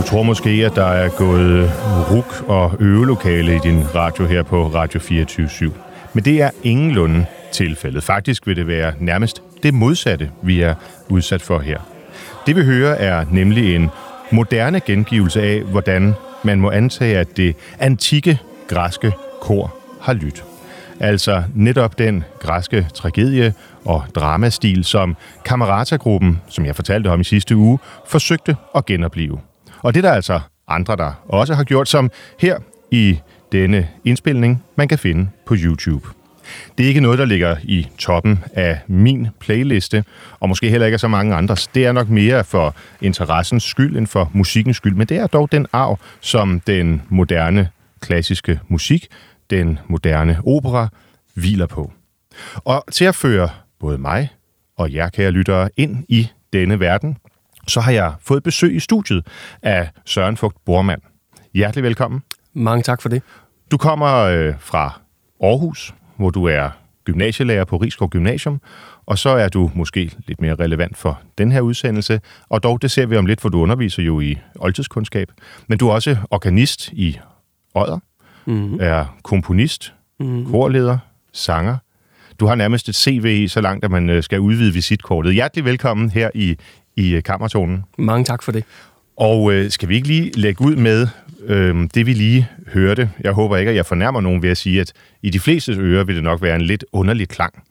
tror måske, at der er gået ruk og øvelokale i din radio her på Radio 24/7. Men det er ingenlunde tilfældet. Faktisk vil det være nærmest det modsatte, vi er udsat for her. Det vi hører er nemlig en moderne gengivelse af, hvordan man må antage, at det antikke græske kor har lydt. Altså netop den græske tragedie- og dramastil, som Camerata-gruppen, som jeg fortalte om i sidste uge, forsøgte at genoplive. Og det er der altså andre, der også har gjort, som her i denne indspilning, man kan finde på YouTube. Det er ikke noget, der ligger i toppen af min playliste, og måske heller ikke af så mange andres. Det er nok mere for interessens skyld end for musikkens skyld, men det er dog den arv, som den moderne klassiske musik, den moderne opera, hviler på. Og til at føre både mig og jer, kære lyttere, ind i denne verden, så har jeg fået besøg i studiet af Søren Vogt Bormann. Hjertelig velkommen. Mange tak for det. Du kommer fra Aarhus, hvor du er gymnasielærer på Risskov Gymnasium, og så er du måske lidt mere relevant for den her udsendelse, og dog det ser vi om lidt, for du underviser jo i oldtidskundskab, men du er også organist i Odder, er komponist, korleder, sanger. Du har nærmest et CV så langt, at man skal udvide visitkortet. Hjertelig velkommen her i Kammertonen. Mange tak for det. Og skal vi ikke lige lægge ud med det, vi lige hørte? Jeg håber ikke, at jeg fornærmer nogen ved at sige, at i de flestes ører vil det nok være en lidt underlig klang.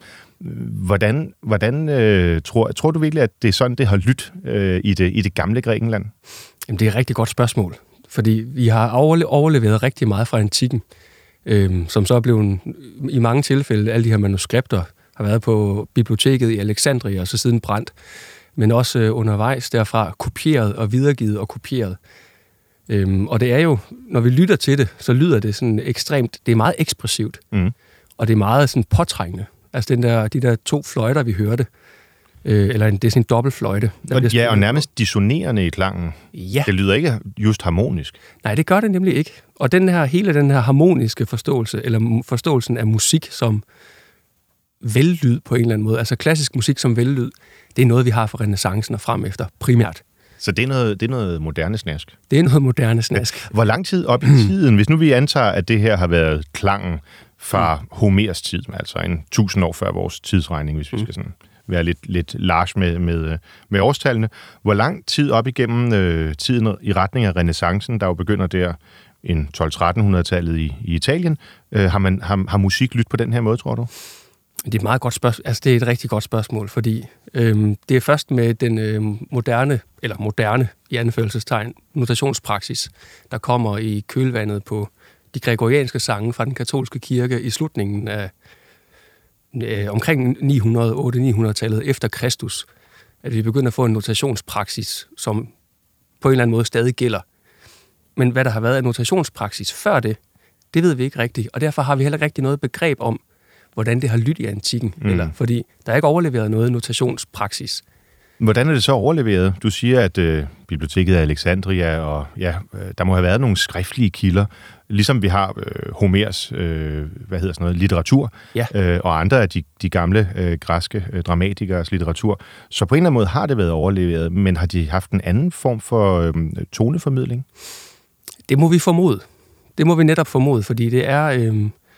Hvordan tror du virkelig, at det er sådan, det har lyttet i det gamle Grækenland? Jamen, det er et rigtig godt spørgsmål, fordi vi har overleveret rigtig meget fra antikken, som så er blevet i mange tilfælde, alle de her manuskripter har været på biblioteket i Alexandria og så siden brændt, men også undervejs derfra kopieret og videregivet og kopieret. Og det er jo, når vi lytter til det, så lyder det sådan ekstremt, det er meget ekspressivt, og det er meget sådan påtrængende. Altså de der to fløjter, vi hørte, eller det er sådan en dobbeltfløjte. Og nærmest dissonerende i klangen. Ja. Det lyder ikke just harmonisk. Nej, det gør det nemlig ikke. Og hele den her harmoniske forståelse, eller forståelsen af musik som vellyd på en eller anden måde, altså klassisk musik som vellyd, det er noget, vi har fra renæssancen og frem efter, primært. Så det er noget moderne snask? Det er noget moderne snask. Hvor lang tid op i tiden, hvis nu vi antager, at det her har været klangen fra Homers tid, altså 1000 år før vores tidsregning, hvis vi skal sådan være lidt large med årstallene. Hvor lang tid op igennem tiden i retning af renæssancen, der jo begynder der en 1200-1300-tallet i Italien, har musik lyttet på den her måde, tror du? Det er et meget godt spørgsmål. Altså, det er et rigtig godt spørgsmål, fordi det er først med den moderne i anførselstegn, notationspraksis, der kommer i kølvandet på de gregorianske sange fra den katolske kirke i slutningen af omkring 800-900-tallet efter Kristus, at vi begynder at få en notationspraksis, som på en eller anden måde stadig gælder. Men hvad der har været af notationspraksis før det ved vi ikke rigtigt, og derfor har vi heller ikke rigtig noget begreb om, hvordan det har lyttet i antikken, fordi der er ikke overleveret noget notationspraksis. Hvordan er det så overleveret? Du siger, at biblioteket af Alexandria, og der må have været nogle skriftlige kilder, ligesom vi har Homers litteratur, og andre af de gamle græske dramatikers litteratur. Så på en eller anden måde har det været overleveret, men har de haft en anden form for toneformidling? Det må vi formode. Det må vi netop formode, fordi det er...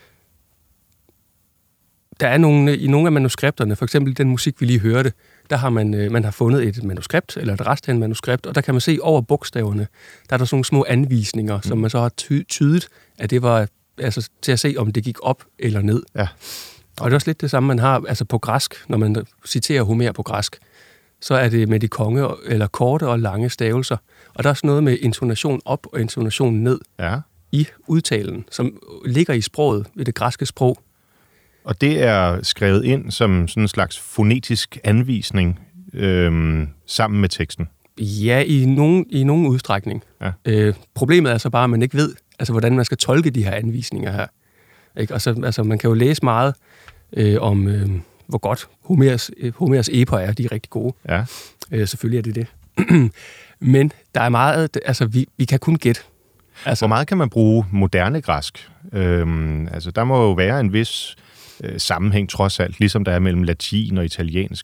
Der er i nogle af manuskripterne, for eksempel den musik, vi lige hørte, der har man har fundet et manuskript, eller et rest af en manuskript, og der kan man se over bogstaverne, der er der sådan nogle små anvisninger, som man så har tydet, at det var altså, til at se, om det gik op eller ned. Ja. Og det er også lidt det samme, man har altså på græsk, når man citerer Homer på græsk, så er det med de eller korte og lange stavelser. Og der er også noget med intonation op og intonation ned i udtalen, som ligger i sproget, i det græske sprog. Og det er skrevet ind som sådan en slags fonetisk anvisning sammen med teksten? Ja, i nogen udstrækning. Ja. Problemet er så bare, at man ikke ved, altså, hvordan man skal tolke de her anvisninger her. Ikke? Og så, altså, man kan jo læse meget om, hvor godt Homers eper er. De er rigtig gode. Ja. Selvfølgelig er det. Men der er meget, altså vi kan kun gætte. Altså, hvor meget kan man bruge moderne græsk? Altså, der må jo være en vis sammenhæng trods alt, ligesom der er mellem latin og italiensk.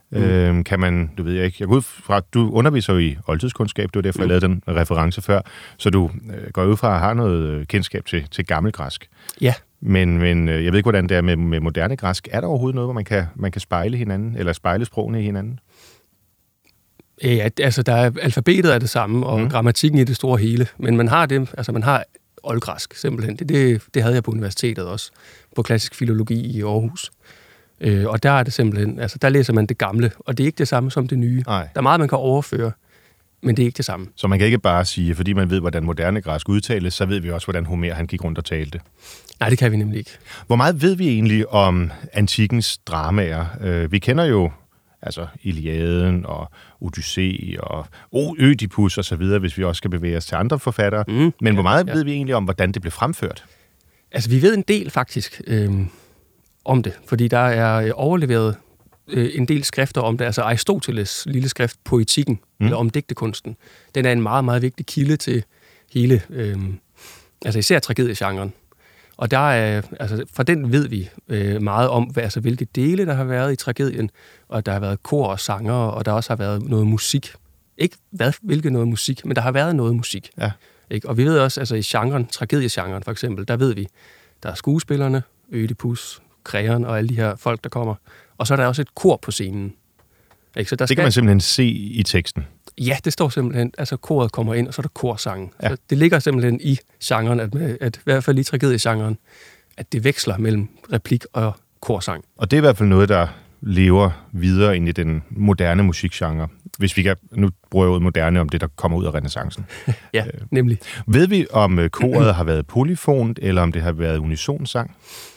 Kan man, du ved jeg ikke, jeg går ud fra, du underviser jo i oldtidskundskab, det var derfor, jeg lavede den reference før, så du går ud fra at have noget kendskab til gammelgræsk. Ja. Men jeg ved ikke, hvordan det er med moderne græsk. Er der overhovedet noget, hvor man kan spejle hinanden, eller spejle sprogene i hinanden? Ja, altså der er, alfabetet er det samme, og grammatikken i det store hele, men man har det, altså man har oldgræsk simpelthen. Det havde jeg på universitetet også, på klassisk filologi i Aarhus. Og der er det simpelthen, altså der læser man det gamle, og det er ikke det samme som det nye. Nej. Der er meget, man kan overføre, men det er ikke det samme. Så man kan ikke bare sige, fordi man ved, hvordan moderne græsk udtales, så ved vi også, hvordan Homer han gik rundt og talte. Nej, det kan vi nemlig ikke. Hvor meget ved vi egentlig om antikkens dramaer? Vi kender jo altså Iliaden og Odyssé og Ødipus og så videre, hvis vi også skal bevæge os til andre forfattere. Men hvor meget ved vi egentlig om, hvordan det blev fremført? Altså, vi ved en del faktisk om det, fordi der er overleveret en del skrifter om det. Altså Aristoteles' lille skrift, Poetikken, eller om digtekunsten, den er en meget, meget vigtig kilde til hele, altså især tragediegenren. Og der er, altså fra den ved vi meget om, altså hvilke dele der har været i tragedien, og der har været kor og sanger, og der også har været noget musik. Ikke hvilket noget musik, men der har været noget musik. Ja. Ikke? Og vi ved også, altså i genren, tragediegenren for eksempel, der ved vi, der er skuespillerne, Ødipus, Kreon og alle de her folk, der kommer. Og så er der også et kor på scenen. Ikke? Så der kan man simpelthen se i teksten? Ja, det står simpelthen, altså koret kommer ind, og så er der korsangen. Ja. Så det ligger simpelthen i genren, at i hvert fald i tragediegenren, at det veksler mellem replik og korsang. Og det er i hvert fald noget, der lever videre ind i den moderne musikgenre. Hvis vi kan, nu bruger jeg ordet moderne om det, der kommer ud af renæssancen. Ja, nemlig. Ved vi, om koret har været polyfont, eller om det har været unisonsang?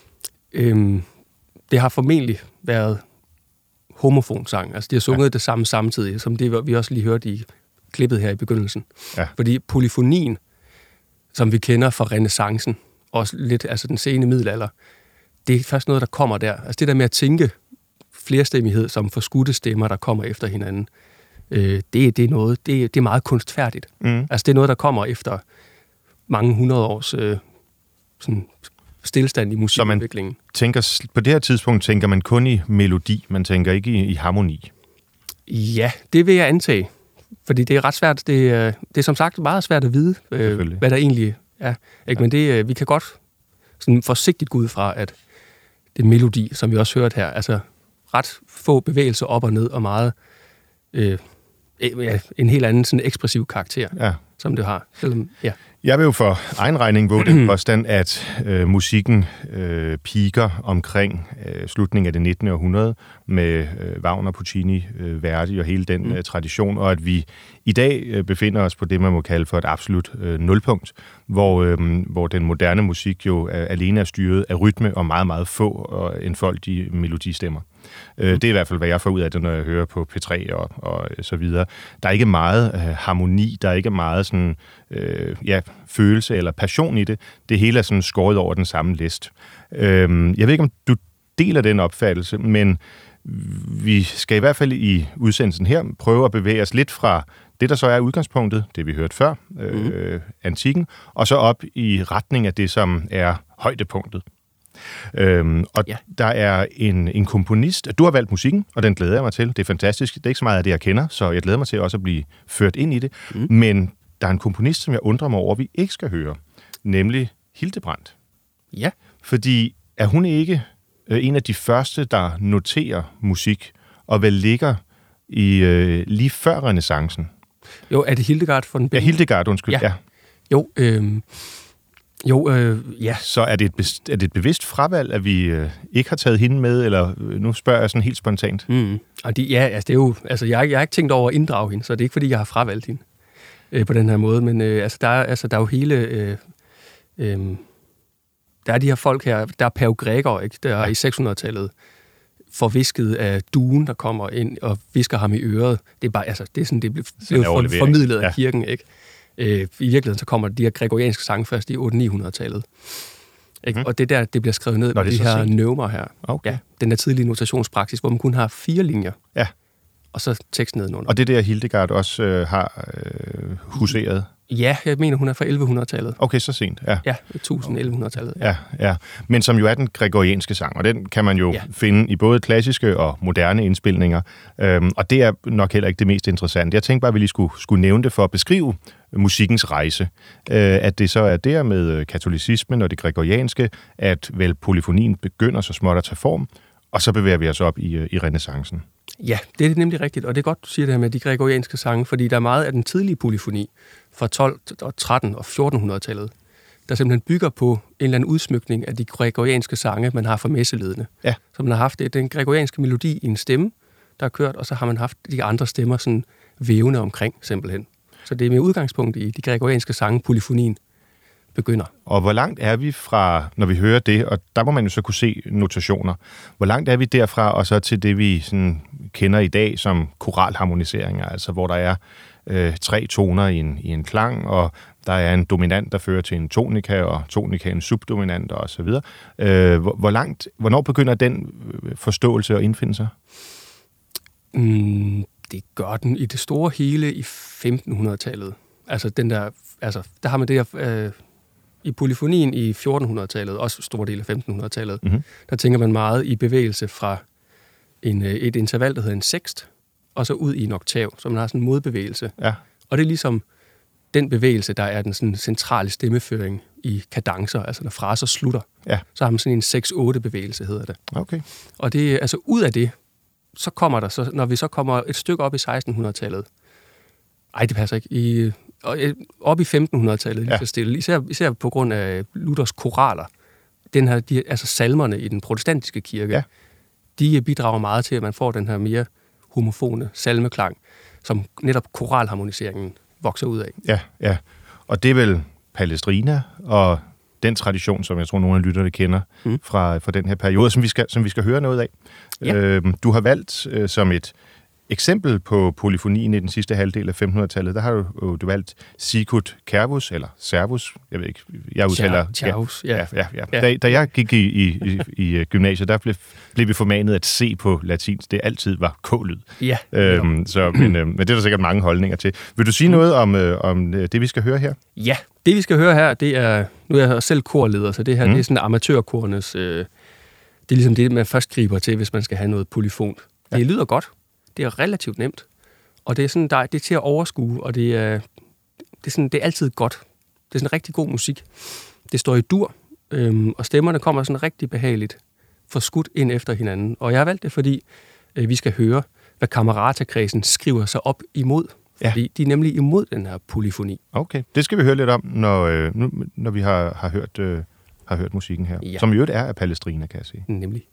Det har formentlig været homofonsang. Altså, de har sunget det samme samtidig, som det, vi også lige hørte i klippet her i begyndelsen. Ja. Fordi polyfonien, som vi kender fra renæssancen, også lidt, altså den sene middelalder, det er først noget, der kommer der. Altså det der med at tænke flerstemmighed som forskudte stemmer, der kommer efter hinanden, det er noget, det er meget kunstfærdigt. Altså det er noget, der kommer efter mange hundrede års sådan stillestand i musikudviklingen. På det her tidspunkt tænker man kun i melodi, man tænker ikke i harmoni. Ja, det vil jeg antage. Fordi det er ret svært, det er som sagt meget svært at vide, hvad der egentlig er. Ikke? Men det, vi kan godt sådan forsigtigt gå ud fra, at det melodi, som vi også hørte her, altså ret få bevægelser op og ned, og meget en helt anden sådan ekspressiv karakter, som det har. Selvom, Jeg vil jo for egen regning våge den påstand, at musikken piker omkring slutningen af det 19. århundrede med Wagner, Puccini, Verdi og hele den tradition, og at vi i dag befinder os på det, man må kalde for et absolut nulpunkt, hvor den moderne musik jo alene er styret af rytme og meget, meget få og enfoldige melodistemmer. Det er i hvert fald, hvad jeg får ud af det, når jeg hører på P3 og så videre. Der er ikke meget harmoni, der er ikke meget sådan, følelse eller passion i det. Det hele er sådan skåret over den samme list. Jeg ved ikke, om du deler den opfattelse, men vi skal i hvert fald i udsendelsen her prøve at bevæge os lidt fra det, der så er udgangspunktet, det vi hørte før, antikken, og så op i retning af det, som er højdepunktet. Der er en komponist. Du har valgt musikken, og den glæder jeg mig til. Det er fantastisk. Det er ikke så meget af det, jeg kender, så jeg glæder mig til også at blive ført ind i det. Men der er en komponist, som jeg undrer mig over, vi ikke skal høre, nemlig Hildebrandt. Ja. Fordi er hun ikke en af de første, der noterer musik, og vel ligger i lige før renæssancen? Jo, er det Hildegard von Bingen? Ja, Hildegard, undskyld. Ja. Ja. Så er det et bevidst fravalg, at vi ikke har taget hende med, eller nu spørger jeg sådan helt spontant? Og det er jo, altså jeg har ikke tænkt over at inddrage hende, så det er ikke fordi, jeg har fravalgt hende på den her måde, men der er jo hele, der er de her folk her, der er Pave Gregor, ikke, der i 600-tallet forvisket af duen, der kommer ind og visker ham i øret. Det er bare, altså det er sådan, det blev formidlet af kirken, ikke? I virkeligheden så kommer de her gregorianske sange først i 800-900-tallet. Og det der, det bliver skrevet ned med de her neumer her. Okay. Ja, den der tidlige notationspraksis, hvor man kun har 4 linjer. Ja. Og så tekst nedenunder. Og det der Hildegard også har huseret? Ja, jeg mener, hun er fra 1100-tallet. Okay, så sent, ja. Ja, 1100-tallet. Ja. Men som jo er den gregorianske sang, og den kan man jo finde i både klassiske og moderne indspilninger. Og det er nok heller ikke det mest interessante. Jeg tænkte bare, at vi lige skulle nævne det for at beskrive musikkens rejse. At det så er der med katolicismen og det gregorianske, at vel polyfonien begynder så småt at tage form, og så bevæger vi os op i renæssancen. Ja, det er nemlig rigtigt, og det er godt, du siger det her med de gregorianske sange, fordi der er meget af den tidlige polyfoni fra 12, og 13 og 1400-tallet, der simpelthen bygger på en eller anden udsmykning af de gregorianske sange, man har fra messeledene. Ja. Så man har haft den gregorianske melodi i en stemme, der er kørt, og så har man haft de andre stemmer sådan vævende omkring, simpelthen. Så det er med udgangspunkt i de gregorianske sange, polyfonien begynder. Og hvor langt er vi fra, når vi hører det, og der må man jo så kunne se notationer, hvor langt er vi derfra og så til det, vi sådan kender i dag som koralharmoniseringer, altså hvor der er 3 toner i en klang, og der er en dominant, der fører til en tonika, og tonika en subdominant og så videre. Hvornår begynder den forståelse at indfinde sig? Det gør den i det store hele i 1500-tallet. Altså der har man det der i polyfonien i 1400-tallet, også stor del af 1500-tallet. Mm-hmm. Der tænker man meget i bevægelse fra et interval, der hedder en sekst, og så ud i en oktav, så man har sådan en modbevægelse. Ja. Og det er ligesom den bevægelse, der er den sådan centrale stemmeføring i kadencer, altså når fraser slutter. Ja. Så har man sådan en 6-8 bevægelse, hedder det. Okay. Og det altså ud af det, så kommer der så, når vi så kommer et stykke op i 1600-tallet. Ej, det passer ikke. Op i 1500-tallet, lige så stille. Især på grund af Luthers koraler. Altså salmerne i den protestantiske kirke, de bidrager meget til, at man får den her mere homofone salmeklang, som netop koralharmoniseringen vokser ud af. Ja. Og det er vel Palestrina og den tradition, som jeg tror, nogle af lytterne kender fra den her periode, som vi skal høre noget af. Ja. Du har valgt som et eksempel på polyfonien i den sidste halvdel af 1500-tallet, der har du valgt Sicut Cervus, eller Servus, jeg ved ikke, jeg udtaler... Cervus, ja. Da jeg gik i gymnasiet, der blev vi formanet at se på latinsk, det altid var k-lyd. Ja. Men det er der sikkert mange holdninger til. Vil du sige noget om det, vi skal høre her? Ja, det vi skal høre her, det er... Nu er jeg selv korleder, så det her det er sådan amatørkornes... det er ligesom det, man først griber til, hvis man skal have noget polyfont. Ja. Det lyder godt. Det er relativt nemt, og det er sådan, det er til at overskue, og det er altid godt. Det er sådan rigtig god musik. Det står i dur, og stemmerne kommer sådan rigtig behageligt forskudt ind efter hinanden. Og jeg har valgt det, fordi vi skal høre, hvad Camerata-kredsen skriver sig op imod. Fordi de er nemlig imod den her polyfoni. Okay, det skal vi høre lidt om, når vi har hørt musikken her. Ja. Som i øvrigt er af Palestrina, kan jeg sige. Nemlig.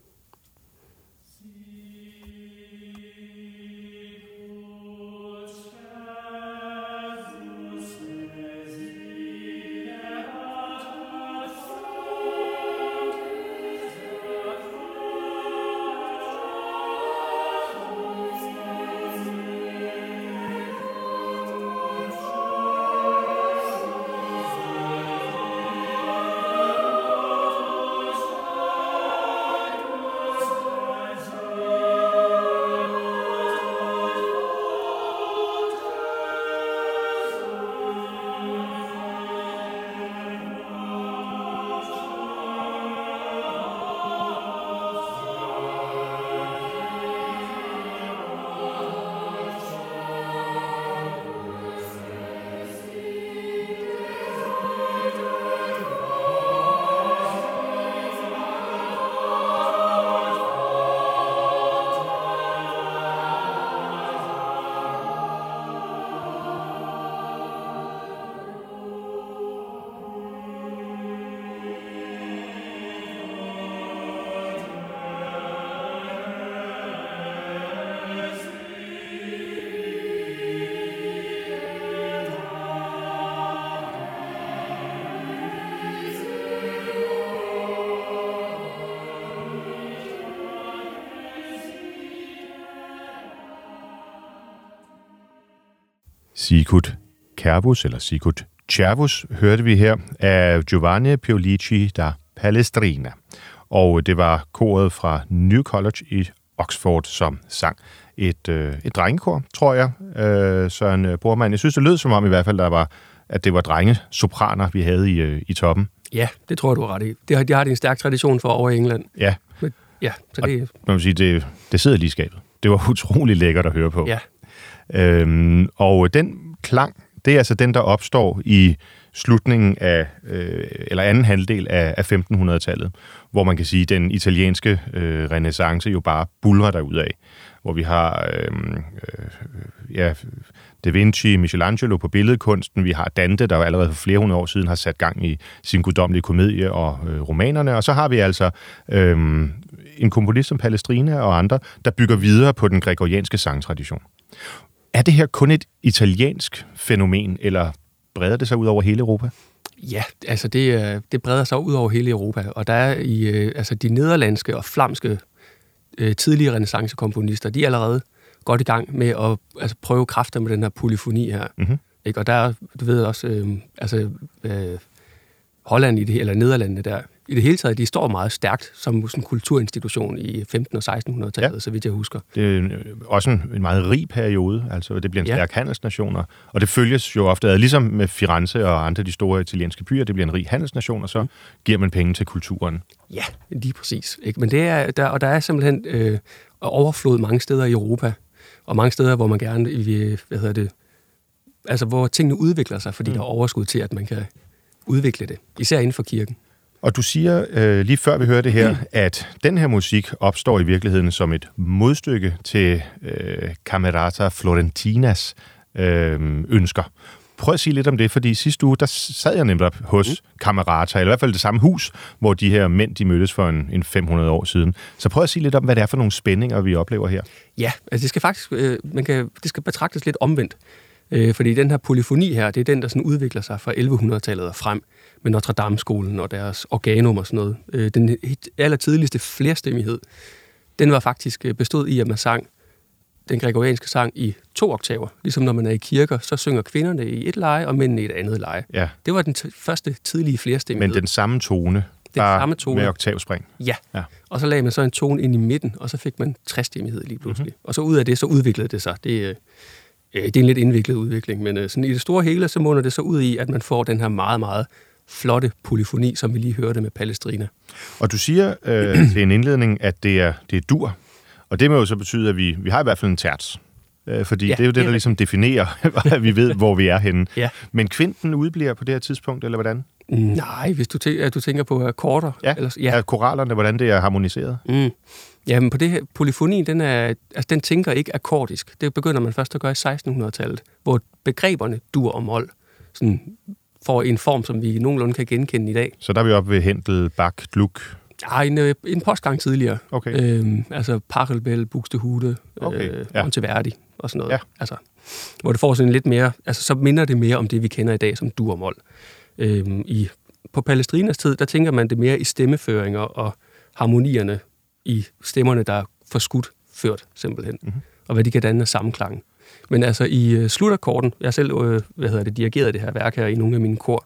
Sicut Cervus, eller Sicut Cervus, hørte vi her af Giovanni Piolici da Palestrina. Og det var koret fra New College i Oxford, som sang et drengekor, tror jeg, Søren Bormann. Jeg synes, det lød som om i hvert fald, at det var drengesopraner, vi havde i toppen. Ja, det tror jeg, du har ret i. De har en stærk tradition for over i England. Ja. Men, ja, så det... Og, man må sige, det sidder lige i skabet. Det var utrolig lækkert at høre på. Ja. Og den klang, det er altså den, der opstår i slutningen af, eller anden halvdel af 1500-tallet, hvor man kan sige, at den italienske renæssance jo bare buldrer derudad. Hvor vi har Da Vinci, Michelangelo på billedkunsten, vi har Dante, der jo allerede for flere hundrede år siden har sat gang i sin guddommelige komedie og romanerne, og så har vi altså en komponist som Palestrina og andre, der bygger videre på den gregorianske sangtradition. Er det her kun et italiensk fænomen, eller breder det sig ud over hele Europa? Ja, altså det breder sig ud over hele Europa, og der er altså de nederlandske og flamske tidlige renæssancekomponister, de er allerede godt i gang med at prøve kræfter med den her polyfoni her. Mm-hmm. Ikke? Og der er, du ved også, Holland eller Nederlandene der, i det hele taget, de står meget stærkt som en kulturinstitution i 1500- og 1600-tallet, så vidt jeg husker. Det er også en meget rig periode, altså det bliver en stærk handelsnation, og det følges jo ofte ad, ligesom med Firenze og andre de store italienske byer, det bliver en rig handelsnation, og så giver man penge til kulturen. Ja, lige præcis. Ikke? Men der er simpelthen overflod mange steder i Europa, og mange steder, hvor man gerne altså hvor tingene udvikler sig, fordi der er overskud til, at man kan udvikle det, især inden for kirken. Og du siger lige før vi hører det her, at den her musik opstår i virkeligheden som et modstykke til Camerata Florentinas ønsker. Prøv at sige lidt om det, fordi sidste uge, der sad jeg nemlig hos Camerata, eller i hvert fald det samme hus, hvor de her mænd, de mødtes for en 500 år siden. Så prøv at sige lidt om, hvad det er for nogle spændinger, vi oplever her. Ja, altså det skal faktisk, det skal betragtes lidt omvendt. Fordi den her polyfoni her, det er den, der sådan udvikler sig fra 1100-tallet og frem med Notre Dame-skolen og deres organum og sådan noget. Den allertidligste flerstemmighed, den var faktisk bestod i, at man sang den gregorianske sang i 2 oktaver. Ligesom når man er i kirker, så synger kvinderne i et leje, og mændene i et andet leje. Ja. Det var den første tidlige flerstemmighed. Men den samme tone, med oktavspring. Ja, og så lagde man så en tone ind i midten, og så fik man trestemmighed lige pludselig. Og så ud af det, så udviklede det sig. Det er en lidt indviklet udvikling, men sådan i det store hele, så munder det så ud i, at man får den her meget, meget flotte polyfoni, som vi lige hørte med Palestrina. Og du siger til en indledning, at det er dur, og det må jo så betyde, at vi har i hvert fald en terts. Fordi det er jo det, der ligesom definerer, at vi ved, hvor vi er henne. Ja. Men kvinten udbliver på det her tidspunkt, eller hvordan? Nej, hvis du tænker på akkorder. Ja, korallerne, hvordan det er harmoniseret. Jamen, på det her, polyfoni, den tænker ikke akkordisk. Det begynder man først at gøre i 1600-tallet, hvor begreberne dur og mol sådan får en form, som vi nogenlunde kan genkende i dag. Så der er vi oppe ved Händel, Bach, Gluck? Ja, en postgang tidligere. Okay. Altså Pachelbel, Buxtehude, Monteverdi og sådan noget. Ja. Altså, hvor det får sådan lidt mere, altså så minder det mere om det, vi kender i dag som dur og mol. På Palestrinas tid, der tænker man det mere i stemmeføringer og harmonierne i stemmerne, der er forskudt ført, simpelthen. Mm-hmm. Og hvad de kan danne af sammenklang. Men altså i slutakkorden, jeg selv dirigeret det her værk her i nogle af mine kor.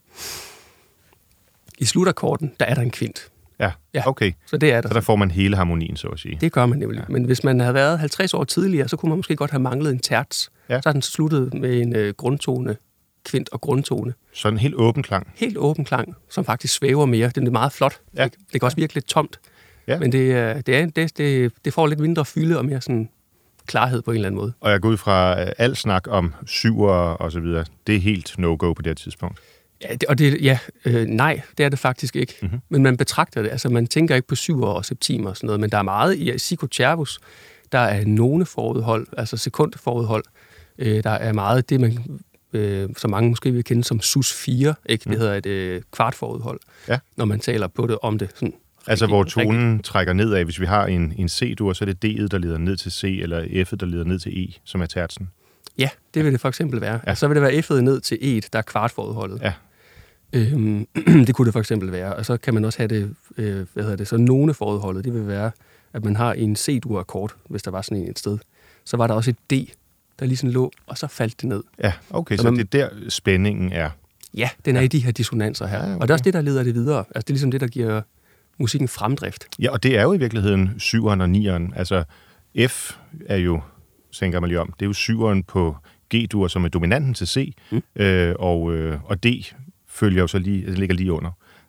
I slutakkorden, der er der en kvint. Ja, okay. Så det er der. Så der får man hele harmonien, så at sige. Det gør man nemlig. Ja. Men hvis man havde været 50 år tidligere, så kunne man måske godt have manglet en terts. Ja. Så er den sluttet med en grundtone, kvint og grundtone. Så en helt åben klang. Helt åben klang, som faktisk svæver mere. Det er meget flot. Ja. Det kan også virke lidt tomt. Ja. Men det får lidt mindre fylde og mere sådan klarhed på en eller anden måde. Og jeg går ud fra al snak om syver og så videre. Det er helt no-go på det her tidspunkt. Nej, det er det faktisk ikke. Mm-hmm. Men man betragter det. Altså, man tænker ikke på syver og septimer og sådan noget, men der er meget i psychocervus. Der er noneforudhold, altså sekundforudhold. Der er meget det, man, som mange måske vil kende som sus 4, ikke? Det hedder et kvartforudhold, når man taler på det om det. Sådan, altså, hvor tonen trækker nedad. Hvis vi har en C-dur, så er det D'et, der leder ned til C, eller F'et, der leder ned til E, som er tertsen. Ja, det vil det for eksempel være. Ja. Så vil det være F'et ned til E'et, der er kvartforudholdet. Ja. Det kunne det for eksempel være. Og så kan man også have det, så noneforudholdet, det vil være, at man har en C-dur-akkord, hvis der var sådan en et sted. Så var der også et D, der lige sådan lå, og så faldt det ned. Ja, okay, så det er der spændingen er. Ja, den er i de her dissonanser her. Ja, okay. Og det er også det, der leder det videre. Altså det er ligesom det, der giver musikken fremdrift. Ja, og det er jo i virkeligheden 7'eren og 9'eren. Altså F er jo, tænker man lige om, det er jo syveren på G-dur, som er dominanten til C, og D følger jo så lige, den ligger lige under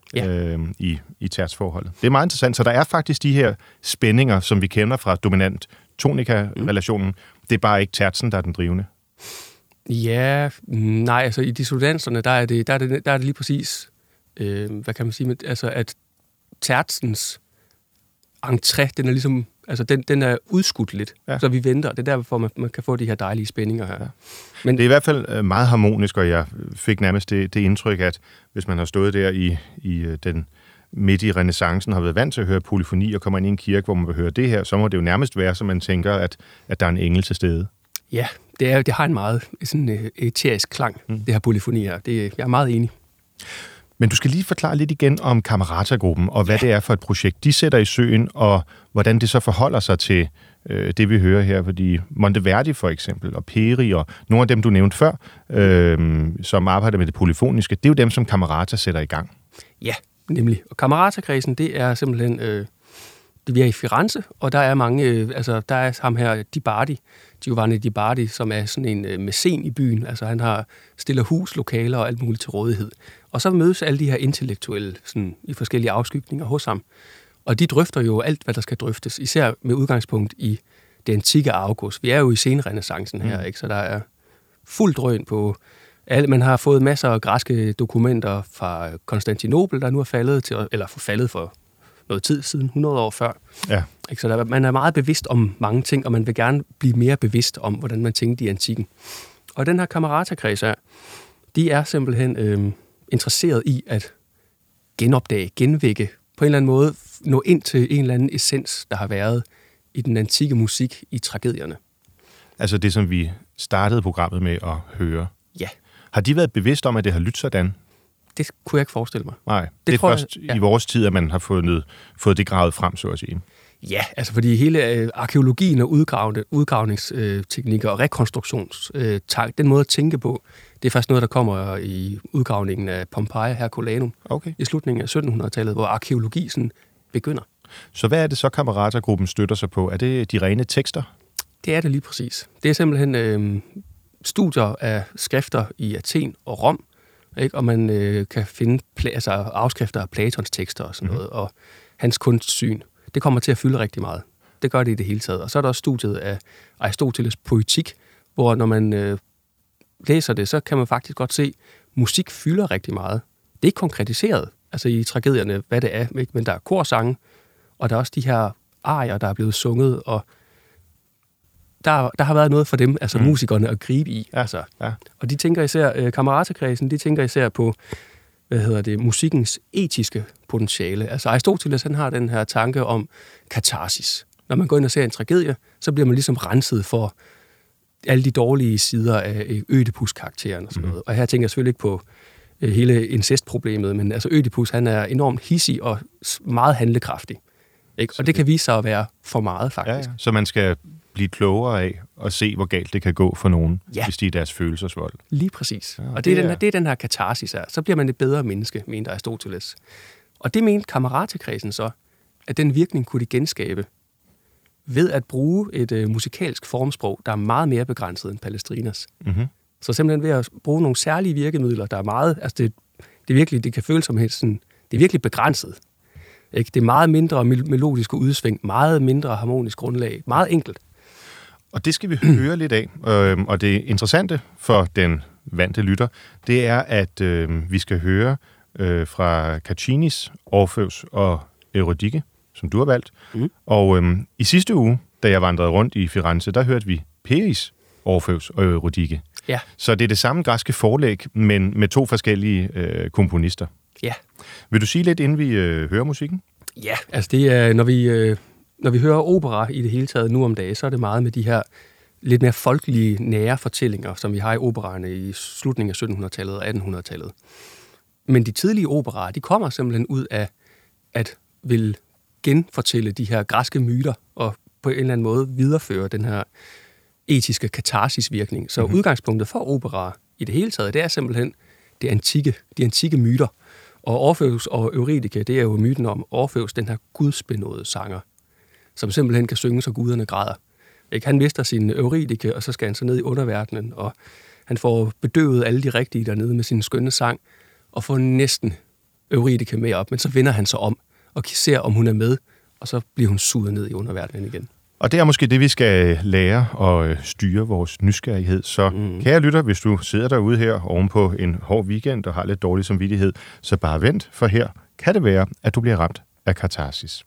i tertsforholdet. Det er meget interessant, så der er faktisk de her spændinger, som vi kender fra dominant-tonika-relationen. Det er bare ikke tertsen, der er den drivende. Ja, nej, altså i dissonansserne, der er det lige præcis, hvad kan man sige, altså at tertsens entré, den er ligesom, altså den er udskudt lidt, så vi venter. Det er derfor, man kan få de her dejlige spændinger her. Ja. Men det er i hvert fald meget harmonisk, og jeg fik nærmest det indtryk, at hvis man har stået der i den midt i renæssancen, har været vant til at høre polyfoni, og kommer ind i en kirke, hvor man vil høre det her, så må det jo nærmest være, så man tænker, at der er en engel til stede. Ja, det har en meget sådan eterisk klang, det her polyfoni her. Jeg er meget enig. Men du skal lige forklare lidt igen om Camerata-gruppen, og hvad det er for et projekt, de sætter i søen, og hvordan det så forholder sig til det, vi hører her. Fordi Monteverdi for eksempel, og Peri, og nogle af dem, du nævnte før, som arbejder med det polyfoniske, det er jo dem, som Camerata sætter i gang. Ja, nemlig. Og Camerata-kredsen, det er simpelthen... Vi er i Firenze, og der er mange... der er ham her, Giovanni Di Bardi, som er sådan en mæcen i byen. Altså han stiller hus, lokaler og alt muligt til rådighed. Og så mødes alle de her intellektuelle sådan, i forskellige afskygninger hos ham. Og de drøfter jo alt, hvad der skal drøftes, især med udgangspunkt i det antikke August. Vi er jo i senrenæssancen her, ikke? Så der er fuld drøn på... Man har fået masser af græske dokumenter fra Konstantinopel, der nu er faldet for noget tid siden, 100 år før. Ja. Så man er meget bevidst om mange ting, og man vil gerne blive mere bevidst om, hvordan man tænkte i antikken. Og den her Camerata-kreds her, de er simpelthen interesseret i at genopdage, genvække, på en eller anden måde nå ind til en eller anden essens, der har været i den antikke musik i tragedierne. Altså det, som vi startede programmet med at høre. Ja. Har de været bevidst om, at det har lyttet sådan? Det kunne jeg ikke forestille mig. Nej, det er først i vores tid, at man har fået det gravet frem, så at sige. Ja, altså fordi hele arkeologien og udgravningsteknikker og den måde at tænke på, det er faktisk noget, der kommer i udgravningen af Pompeii Herculaneum i slutningen af 1700-tallet, hvor arkeologi sådan begynder. Så hvad er det så, Camerata-gruppen støtter sig på? Er det de rene tekster? Det er det lige præcis. Det er simpelthen studier af skrifter i Athen og Rom, ikke? Og man kan finde afskrifter af Platons tekster og sådan noget, og hans kunstsyn. Det kommer til at fylde rigtig meget. Det gør det i det hele taget. Og så er der også studiet af Aristoteles poetik, hvor når man læser det, så kan man faktisk godt se, at musik fylder rigtig meget. Det er ikke konkretiseret i tragedierne, hvad det er, ikke? Men der er korsange, og der er også de her arier, der er blevet sunget, og der har været noget for dem, musikerne, at gribe i. Og de tænker især, Camerata-kredsen, de tænker især på, musikkens etiske potentiale. Altså Aristoteles, han har den her tanke om katarsis. Når man går ind og ser en tragedie, så bliver man ligesom renset for alle de dårlige sider af Ødipus-karakteren og sådan noget. Og her tænker jeg selvfølgelig ikke på hele incestproblemet, men Ødipus, han er enormt hissig og meget handlekraftig. Ikke? Og det kan vise sig at være for meget, faktisk. Ja. Så man skal blive klogere af og se, hvor galt det kan gå for nogen, hvis de er deres følelsesvold. Lige præcis. Ja, og det er den her katarsis her. Så bliver man et bedre menneske, mente Aristoteles. Og det mente Camerata-kredsen så, at den virkning kunne de genskabe ved at bruge et musikalsk formsprog, der er meget mere begrænset end Palestrinas. Mm-hmm. Så simpelthen ved at bruge nogle særlige virkemidler, der er meget... det kan føles som sådan, det er virkelig begrænset. Ikke? Det er meget mindre melodiske udsving, meget mindre harmonisk grundlag, meget enkelt. Og det skal vi høre lidt af. Og det interessante for den vante lytter, det er, at vi skal høre fra Caccini's Orfeus og Eurydike, som du har valgt. Mm. Og i sidste uge, da jeg vandrede rundt i Firenze, der hørte vi Peris Orfeus og Eurydike. Ja. Så det er det samme græske forlæg, men med to forskellige komponister. Ja. Vil du sige lidt, inden vi hører musikken? Ja, det er, når vi hører opera i det hele taget nu om dagen, så er det meget med de her lidt mere folkelige, nære fortællinger, som vi har i operaerne i slutningen af 1700-tallet og 1800-tallet. Men de tidlige operaer, de kommer simpelthen ud af at vil genfortælle de her græske myter og på en eller anden måde videreføre den her etiske katarsisvirkning. Så udgangspunktet for operaer i det hele taget, det er simpelthen de antikke myter. Og Orfeus og Eurydike, det er jo myten om Orfeus, den her gudsbenådede sanger, som simpelthen kan synge, så guderne græder. Ikke? Han mister sin Eurydike, og så skal han så ned i underverdenen, og han får bedøvet alle de rigtige dernede med sin skønne sang, og får næsten Eurydike med op, men så vender han sig om, og ser, om hun er med, og så bliver hun suget ned i underverdenen igen. Og det er måske det, vi skal lære og styre vores nysgerrighed. Så kære lytter, hvis du sidder derude her ovenpå en hård weekend og har lidt dårlig samvittighed, så bare vent, for her kan det være, at du bliver ramt af katarsis.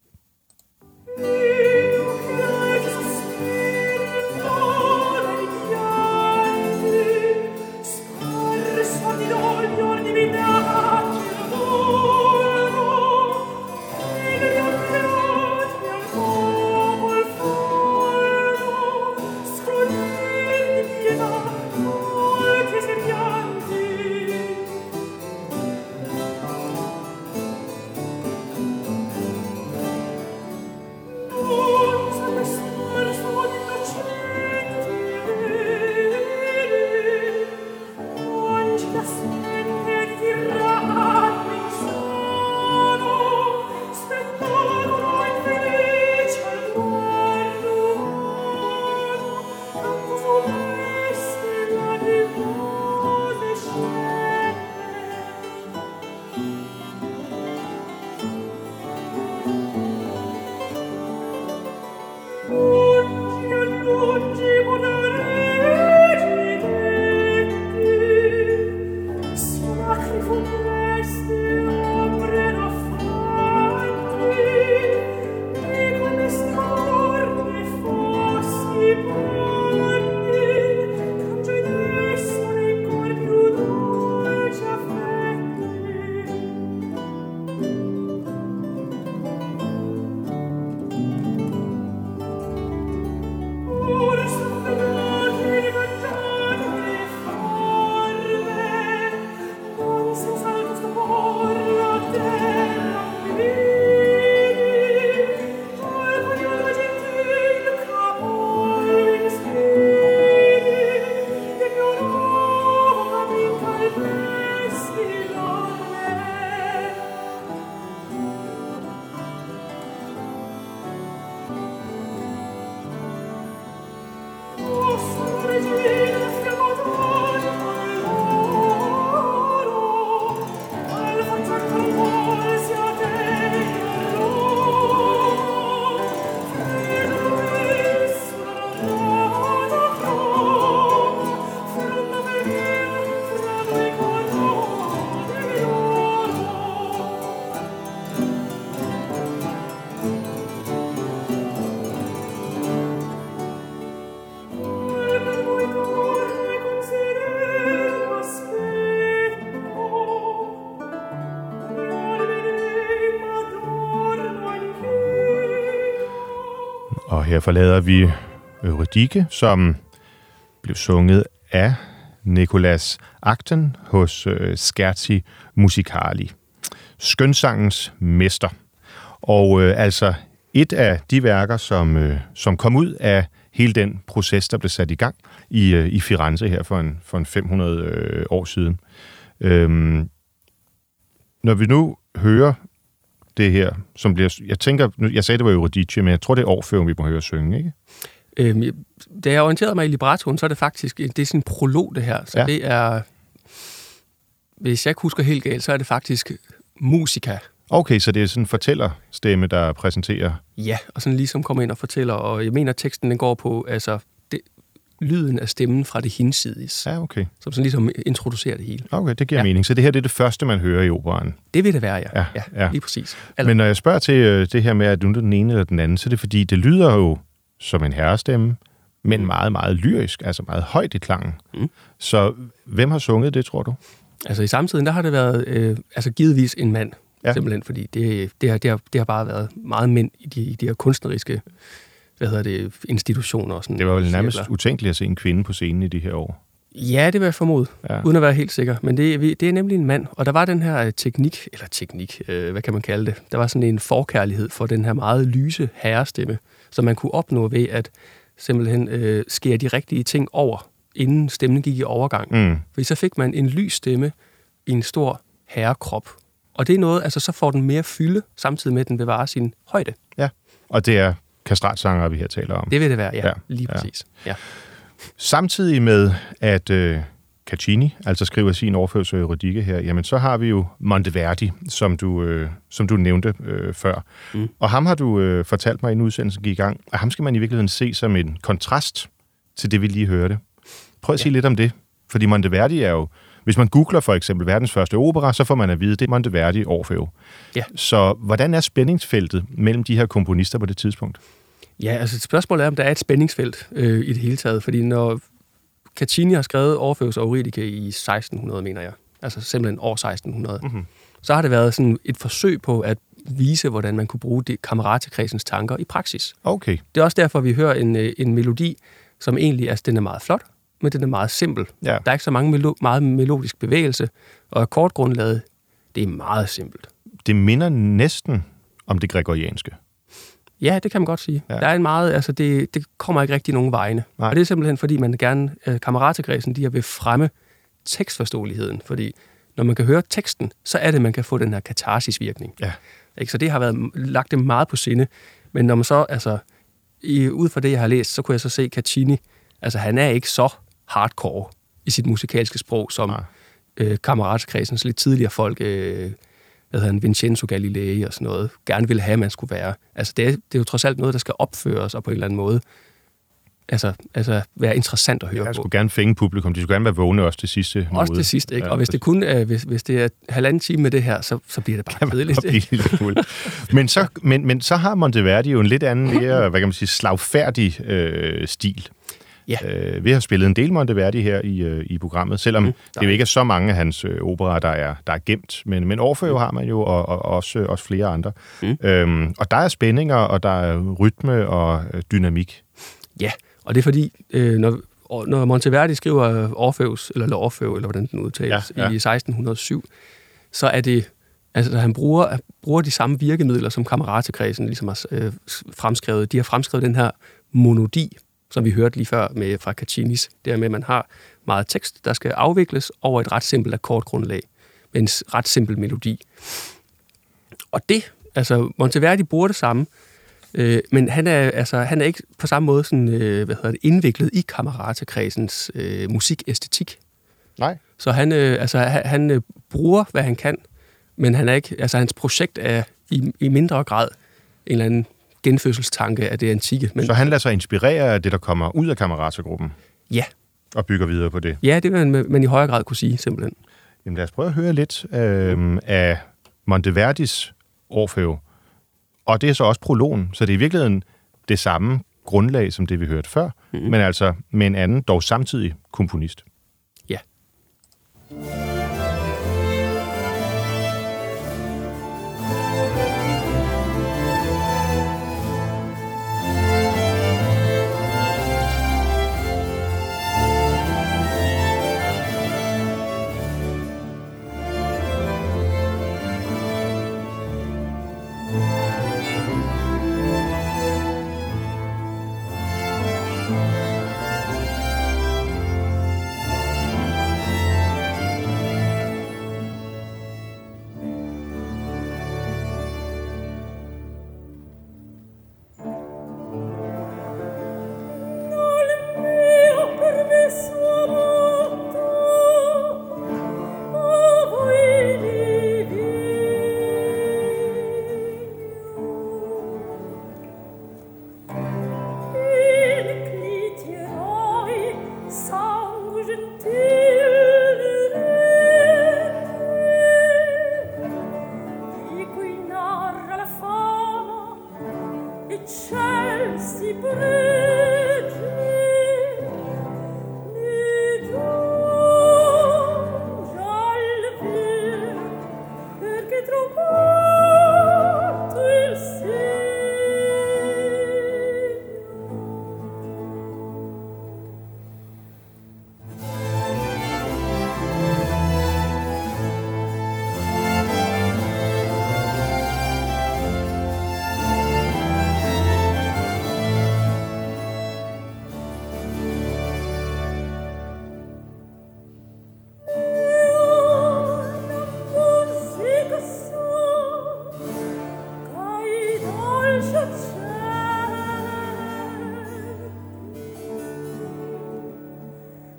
Og her forlader vi Eurydike, som blev sunget af Nicolas Achton hos Scherzi Musicali. Skønsangens mester. Og altså et af de værker, som kom ud af hele den proces, der blev sat i gang i Firenze her for en 500 år siden. Når vi nu hører det her, som bliver... Jeg tænker... Jeg sagde, det var Eurydike, men jeg tror, det er Orfeum, vi må høre synge, ikke? Da jeg orienterede mig i librettoen, så er det faktisk... Det er sådan en prolog, det her. Så ja. Det er... Hvis jeg ikke husker helt galt, så er det faktisk Musica. Okay, så det er sådan en fortællerstemme, der præsenterer... Ja, og sådan ligesom kommer ind og fortæller, og jeg mener, at teksten den går på, altså... lyden af stemmen fra det hinsides. Ja, okay. Som sådan ligesom introducerer det hele. Okay, det giver mening. Så det her det er det første, man hører i operaen? Det vil det være, ja. Lige præcis. Men når jeg spørger til det her med, at du er den ene eller den anden, så er det fordi, det lyder jo som en herrestemme, men meget, meget lyrisk, altså meget højt i klangen. Så hvem har sunget det, tror du? Altså i samtiden, der har det været givetvis en mand, simpelthen, fordi det har bare været meget mænd i de her kunstneriske institutioner. Og sådan. Det var vel nærmest utænkeligt at se en kvinde på scenen i de her år. Ja, det vil jeg formode, uden at være helt sikker. Men det er nemlig en mand, og der var den her teknik, hvad kan man kalde det? Der var sådan en forkærlighed for den her meget lyse herrestemme, som man kunne opnå ved at simpelthen skære de rigtige ting over, inden stemmen gik i overgang. Fordi så fik man en lys stemme i en stor herrekrop. Og det er noget, altså så får den mere fylde, samtidig med at den bevarer sin højde. Ja, og det er kastratsanger, vi her taler om. Det vil det være, ja. Lige præcis. Ja. Samtidig med, at Caccini altså skriver sin overførsel af Eurydike her, jamen så har vi jo Monteverdi, som du nævnte før. Og ham har du fortalt mig, inden udsendelsen gik i gang, at ham skal man i virkeligheden se som en kontrast til det, vi lige hørte. Prøv at sige lidt om det, fordi Monteverdi er jo, hvis man googler for eksempel verdens første opera, så får man at vide, det er Monteverdi Orfeo. Ja. Så hvordan er spændingsfeltet mellem de her komponister på det tidspunkt? Ja, altså spørgsmålet er, om der er et spændingsfelt i det hele taget, fordi når Caccini har skrevet Orfeus og Eurydike i 1600, mener jeg, altså simpelthen år 1600, så har det været sådan et forsøg på at vise, hvordan man kunne bruge Camerata-kredsens tanker i praksis. Okay. Det er også derfor, vi hører en melodi, som egentlig den er meget flot, men den er meget simpel. Ja. Der er ikke så meget melodisk bevægelse, og akkordgrundlaget, det er meget simpelt. Det minder næsten om det gregorianske. Ja, det kan man godt sige. Ja. Der er en meget, altså det kommer ikke rigtig nogen vegne. Nej. Og det er simpelthen, fordi man gerne, Camerata-kredsen, de vil fremme tekstforståeligheden, fordi når man kan høre teksten, så er det, man kan få den her katarsis-virkning. Ja. Ikke? Så det har været lagt det meget på sinde. Men når man så, altså, ud fra det, jeg har læst, så kunne jeg så se Caccini, altså han er ikke så hardcore i sit musikalske sprog, som Camerata-kredsens lidt tidligere folk, Vincenzo Galilei og sådan noget, gerne ville have, at man skulle være. Altså det er jo trods alt noget, der skal opføres og på en eller anden måde altså være interessant at høre på. Jeg skulle gerne fænge publikum. De skulle gerne være vågne også til sidste måde. Også til sidst, ikke? Og hvis det kun er, hvis det er 1,5 time med det her, så bliver det bare kedeligt. Men så har Monteverdi jo en lidt anden, mere, hvad kan man sige, slagfærdig stil. Ja. Vi har spillet en del Monteverdi her i programmet, selvom det jo ikke er så mange af hans operer, der er gemt. Men Orfeo har man jo, og også flere andre. Og der er spændinger, og der er rytme og dynamik. Ja, og det er fordi, når Monteverdi skriver Orfeus, eller Orfeo, eller hvordan den udtales, i 1607, så er det, altså han bruger de samme virkemidler, som Camerata-kredsen ligesom har fremskrevet. De har fremskrevet den her monodi, som vi hørte lige før fra Caccinis, dermed, at man har meget tekst, der skal afvikles over et ret simpelt akkordgrundlag, med en ret simpel melodi. Og det, altså Monteverdi bruger det samme, men han er ikke på samme måde sådan, indviklet i Camerata-kredsens musikæstetik. Nej. Så han bruger, hvad han kan, men han er ikke, altså hans projekt er i mindre grad en eller anden genfødselstanke af det antikke. Men så han lader sig inspirere af det, der kommer ud af Camerata-gruppen? Ja. Og bygger videre på det? Ja, det vil man i højere grad kunne sige, simpelthen. Jamen lad os prøve at høre lidt af Monteverdis Orfeo. Og det er så også prologen, så det er i virkeligheden det samme grundlag, som det vi hørte før, men altså med en anden, dog samtidig komponist. Ja.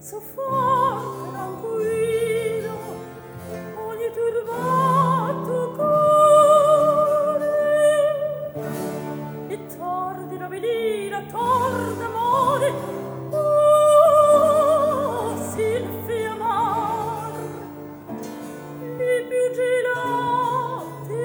so forte tranquillo ogni turbato cuore e tordi nobilina tor d'amore oh Silfi amar li più gelati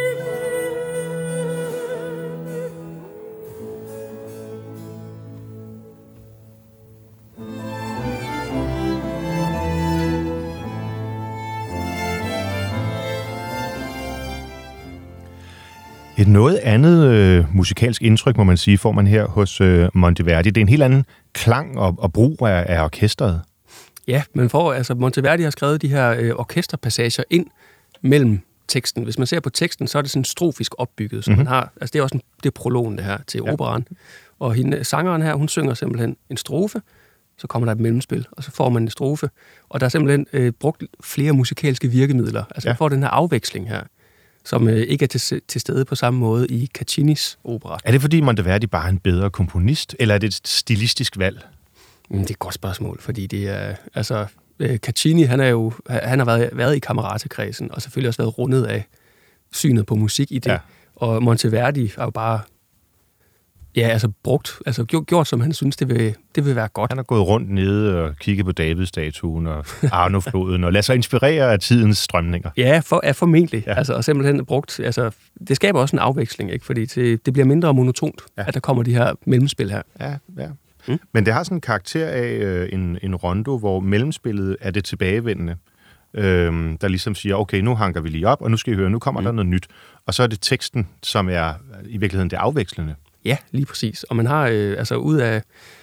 Et noget andet musikalsk indtryk, må man sige, får man her hos Monteverdi. Det er en helt anden klang og brug af orkestret. Ja, men Monteverdi har skrevet de her orkesterpassager ind mellem teksten. Hvis man ser på teksten, så er det sådan strofisk opbygget, så man har, altså det er også det er prologen det her til operaen. Og sangeren her, hun synger simpelthen en strofe, så kommer der et mellemspil, og så får man en strofe. Og der er simpelthen brugt flere musikalske virkemidler. Altså man får den her afveksling her, som ikke er til stede på samme måde i Caccinis opera. Er det fordi Monteverdi bare er en bedre komponist, eller er det et stilistisk valg? Det er et godt spørgsmål, fordi det er, altså, Caccini, han har været i kameratekredsen, og selvfølgelig også været rundet af synet på musik i det. Ja. Og Monteverdi har jo bare gjort, som han synes, det vil være godt. Han har gået rundt nede og kigget på David-statuen og Arno-floden og lader sig inspirere af tidens strømninger. Ja, formentlig. Ja. Altså, og simpelthen brugt, altså, det skaber også en afveksling, ikke? Fordi det bliver mindre monotont, at der kommer de her mellemspil her. Ja. Men det har sådan en karakter af en rondo, hvor mellemspillet er det tilbagevendende, der ligesom siger, okay, nu hanker vi lige op, og nu skal I høre, nu kommer der noget nyt. Og så er det teksten, som er i virkeligheden det afvekslende. Ja, lige præcis. Og man har ud af,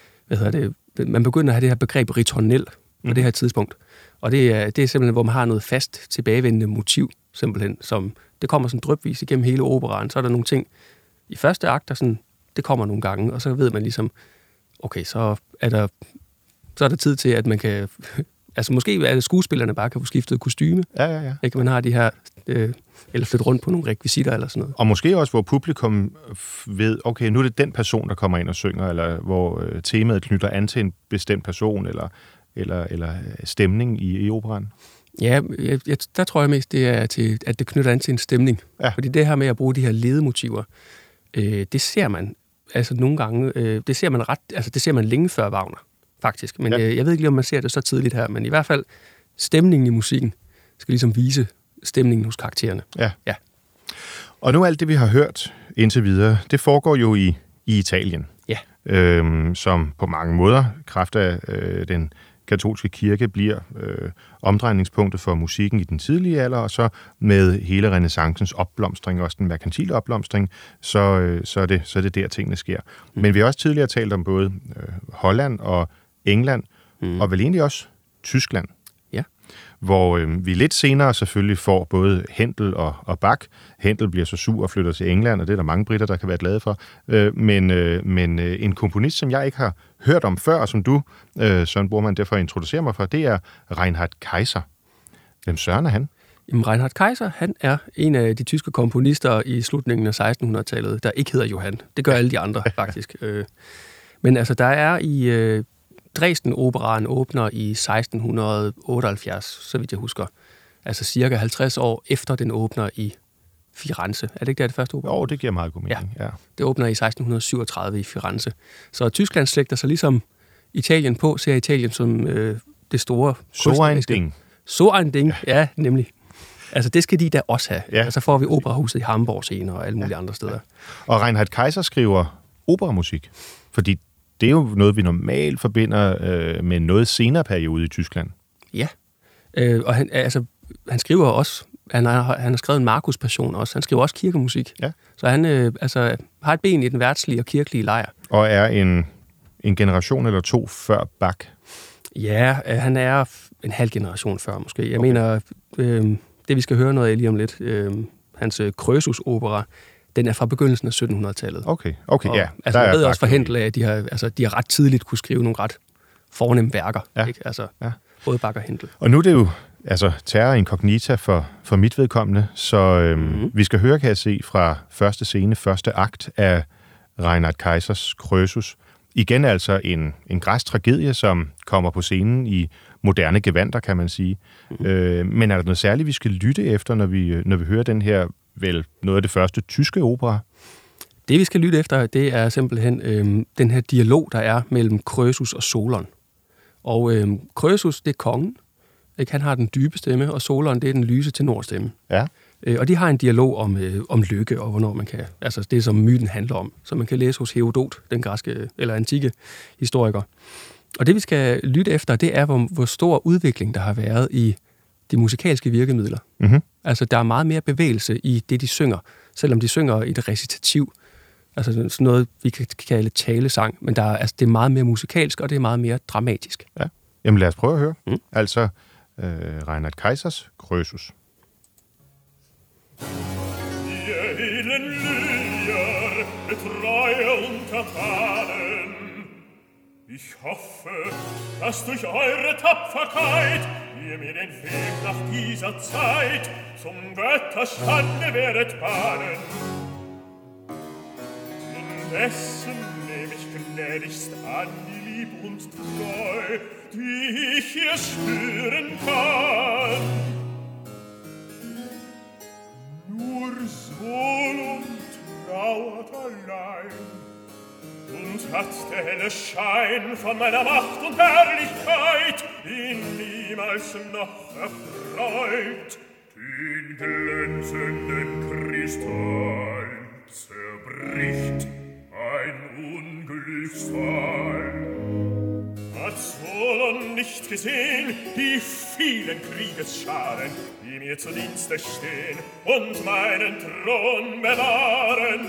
man begynder at have det her begreb ritornel på det her tidspunkt. Og det er simpelthen, hvor man har noget fast tilbagevendende motiv, simpelthen, som det kommer sådan drypvis igennem hele operaen. Så er der nogle ting i første akt, der sådan, det kommer nogle gange, og så ved man ligesom, okay, så er der tid til, at man kan, altså måske er det skuespillerne bare kan få skiftet kostyme. Ja. Ikke? Man har de her, eller flytte rundt på nogle rekvisitter eller sådan noget. Og måske også, hvor publikum ved, okay, nu er det den person, der kommer ind og synger, eller hvor temaet knytter an til en bestemt person, eller stemning i operaen. Ja, der tror jeg mest, det er til, at det knytter an til en stemning. Ja. Fordi det her med at bruge de her ledemotiver, det ser man altså nogle gange, det ser man længe før Wagner, faktisk. Men jeg ved ikke lige, om man ser det så tidligt her, men i hvert fald stemningen i musikken skal ligesom vise stemningen hos karaktererne. Ja. Og nu alt det, vi har hørt indtil videre, det foregår jo i Italien. Ja. Som på mange måder, kraft af den katolske kirke, bliver omdrejningspunktet for musikken i den tidlige alder, og så med hele renæssancens opblomstring, også den merkantile opblomstring, så er det der, tingene sker. Men vi har også tidligere talt om både Holland og England, og vel egentlig også Tyskland. Ja. Hvor vi lidt senere selvfølgelig får både Händel og Bach. Händel bliver så sur og flytter til England, og det er der mange britter, der kan være glade for. Men en komponist, som jeg ikke har hørt om før, og som du, Søren Bormann, derfor introducerer mig for, det er Reinhard Kaiser. Hvem søren er han? Jamen, Reinhard Kaiser, han er en af de tyske komponister i slutningen af 1600-tallet, der ikke hedder Johann. Det gør alle de andre, faktisk. Men altså, der er i Dresden-operaen åbner i 1678, så vidt jeg husker. Altså cirka 50 år efter den åbner i Firenze. Er det ikke det første opera? Jo, det giver meget god mening. Ja. Det åbner i 1637 i Firenze. Så Tyskland slægter sig ligesom Italien på, ser Italien som det store... So ein Ding. So ein Ding, ja, nemlig. Altså, det skal de da også have. Ja. Altså, får vi operahuset i Hamburg senere og alle mulige andre steder. Og Reinhard Kaiser skriver operamusik, fordi det er jo noget, vi normalt forbinder med noget senere periode i Tyskland. Ja, og han skriver også, han har skrevet en Markus Passion også, han skriver også kirkemusik. Ja. Så han har et ben i den verdslige og kirkelige lejr. Og er en generation eller to før Bach? Ja, han er en halv generation før måske. Jeg mener, det vi skal høre noget af lige om lidt, hans Krøsus-opera, den er fra begyndelsen af 1700-tallet. Okay, ja. Altså, jeg ved også for Händel, at de har ret tidligt kunne skrive nogle ret fornemme værker. Ja. Ikke? Altså, både Bach og Händel. Og nu er det jo terra incognita for mit vedkommende, så vi skal høre, kan jeg se, fra første scene, første akt af Reinhard Kaisers Krøsus. Igen altså en græsk tragedie, som kommer på scenen i moderne gevanter, kan man sige. Men er der noget særligt, vi skal lytte efter, når vi hører den her, vel noget af det første tyske opera? Det, vi skal lytte efter, det er simpelthen den her dialog, der er mellem Krøsus og Solon. Og Krøsus, det er kongen. Ikke? Han har den dybe stemme, og Solon, det er den lyse tenorstemme. Ja. Og de har en dialog om lykke, og hvornår man kan... Altså det, som myten handler om, som man kan læse hos Herodot, den græske eller antikke historiker. Og det, vi skal lytte efter, det er, hvor stor udvikling der har været i de musikalske virkemidler. Mm-hmm. Altså, der er meget mere bevægelse i det, de synger, selvom de synger i et recitativ. Altså sådan noget, vi kan kalde talesang, men det er meget mere musikalsk, og det er meget mere dramatisk. Ja. Jamen lad os prøve at høre. Altså, Reinhard Kaisers Krøsus. Ich hoffe, dass durch eure Tapferkeit ihr mir den Weg nach dieser Zeit zum Götterstande werdet bahnen. Indessen nehm ich gnädigst an die Lieb und Treu, die ich hier spüren kann. Nur Solon trauert allein und hat der helle Schein von meiner Macht und Herrlichkeit ihn niemals noch erfreut. Den glänzenden Kristall zerbricht ein Unglücksfall. Hat Solon nicht gesehen die vielen Kriegesscharen, die mir zu Dienste stehen und meinen Thron bewahren?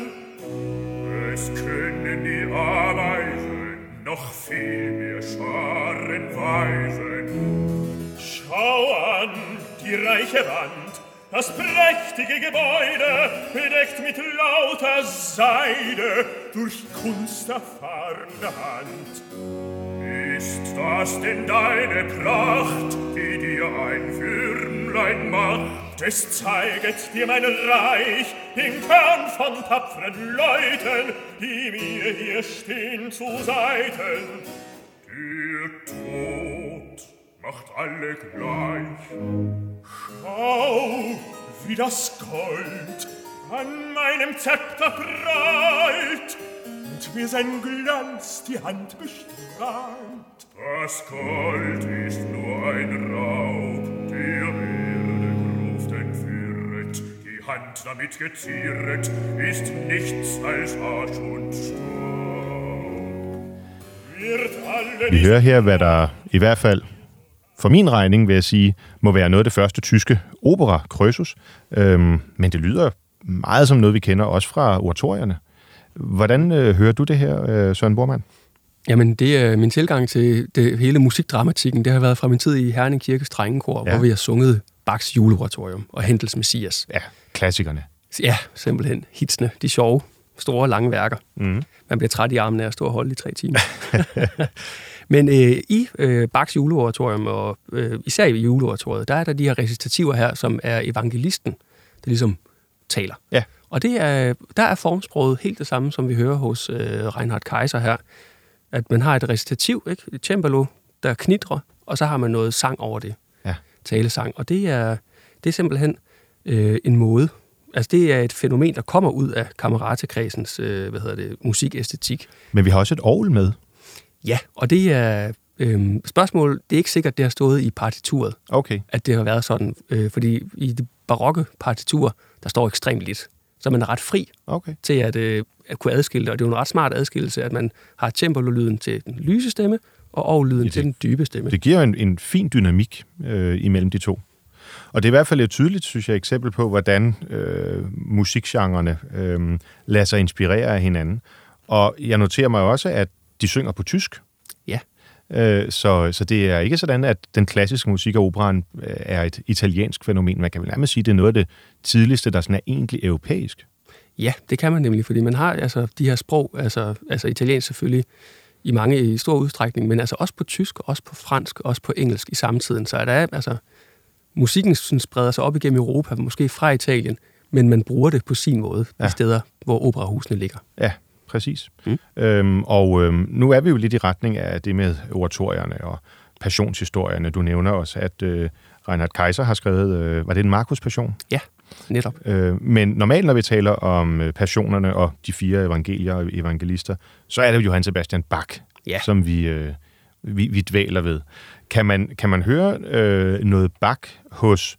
Es können die Ameisen noch viel mehr Scharen weisen. Schau an, die reiche Wand, das prächtige Gebäude, bedeckt mit lauter Seide, durch Kunst erfahrene Hand. Ist das denn deine Pracht, die dir ein Würmlein macht? Es zeiget dir mein Reich, den Kern von tapferen Leuten, die mir hier stehen zu Seiten. Der Tod macht alle gleich. Schau, wie das Gold an meinem Zepter prallt und mir sein Glanz die Hand bestrahlt. Das Gold ist nur ein Raub, der Erde Gruft entführet. Die Hand damit gezieret ist nichts als Asch und Staub. Vi hører her, hvad der i hvert fald for min regning, vil jeg sige, må være noget af det første tyske opera, Krøsus. Men det lyder meget som noget, vi kender også fra oratorierne. Hvordan hører du det her, Søren Bormann? Jamen, det er min tilgang til det hele musikdramatikken. Det har været fra min tid i Herning Kirkes Drengekor, hvor vi har sunget Bachs juleoratorium og Händels Messias. Ja, klassikerne. Ja, simpelthen hitsene. De sjove, store, lange værker. Mm. Man bliver træt i armen af at stå og holde i 3 timer. Men i Bachs juleoratorium, og især i juleoratoriet, der er der de her recitativer her, som er evangelisten, der ligesom taler. Ja. Og der er formsproget helt det samme, som vi hører hos Reinhard Kaiser her. At man har et recitativ, ikke? Et cembalo, der knitrer, og så har man noget sang over det. Ja. Talesang. Og det er simpelthen en måde. Altså det er et fænomen, der kommer ud af kammeratsekredsens musikæstetik. Men vi har også et orgel med. Ja, og det er spørgsmål. Det er ikke sikkert, det har stået i partituret, okay, at det har været sådan. Fordi i de barokke partiturer, der står ekstremt lidt. Så man er ret fri til at kunne adskille det. Og det er jo en ret smart adskillelse, at man har cembalo-lyden til den lyse stemme, og orgellyden til den dybe stemme. Det giver en fin dynamik imellem de to. Og det er i hvert fald et tydeligt, synes jeg, eksempel på, hvordan musikgenrerne lader sig inspirere af hinanden. Og jeg noterer mig også, at de synger på tysk. Ja. Så det er ikke sådan, at den klassiske musik og operaen er et italiensk fænomen. Man kan vel nærmest sige, at det er noget af det tidligste, der sådan er egentlig europæisk. Ja, det kan man nemlig, fordi man har altså de her sprog, altså italiensk selvfølgelig, i stor udstrækning, men altså også på tysk, også på fransk, også på engelsk i samtiden. Så der er altså musikken spreder sig op igennem Europa, måske fra Italien, men man bruger det på sin måde de steder, hvor operahusene ligger. Ja, præcis. Nu er vi jo lidt i retning af det med oratorierne og passionshistorierne. Du nævner også, at Reinhard Kaiser har skrevet, var det en Markus Passion? Ja, netop. Men normalt, når vi taler om passionerne og de 4 evangelier og evangelister, så er det jo Johann Sebastian Bach, som vi dvæler ved. Kan man høre noget Bach hos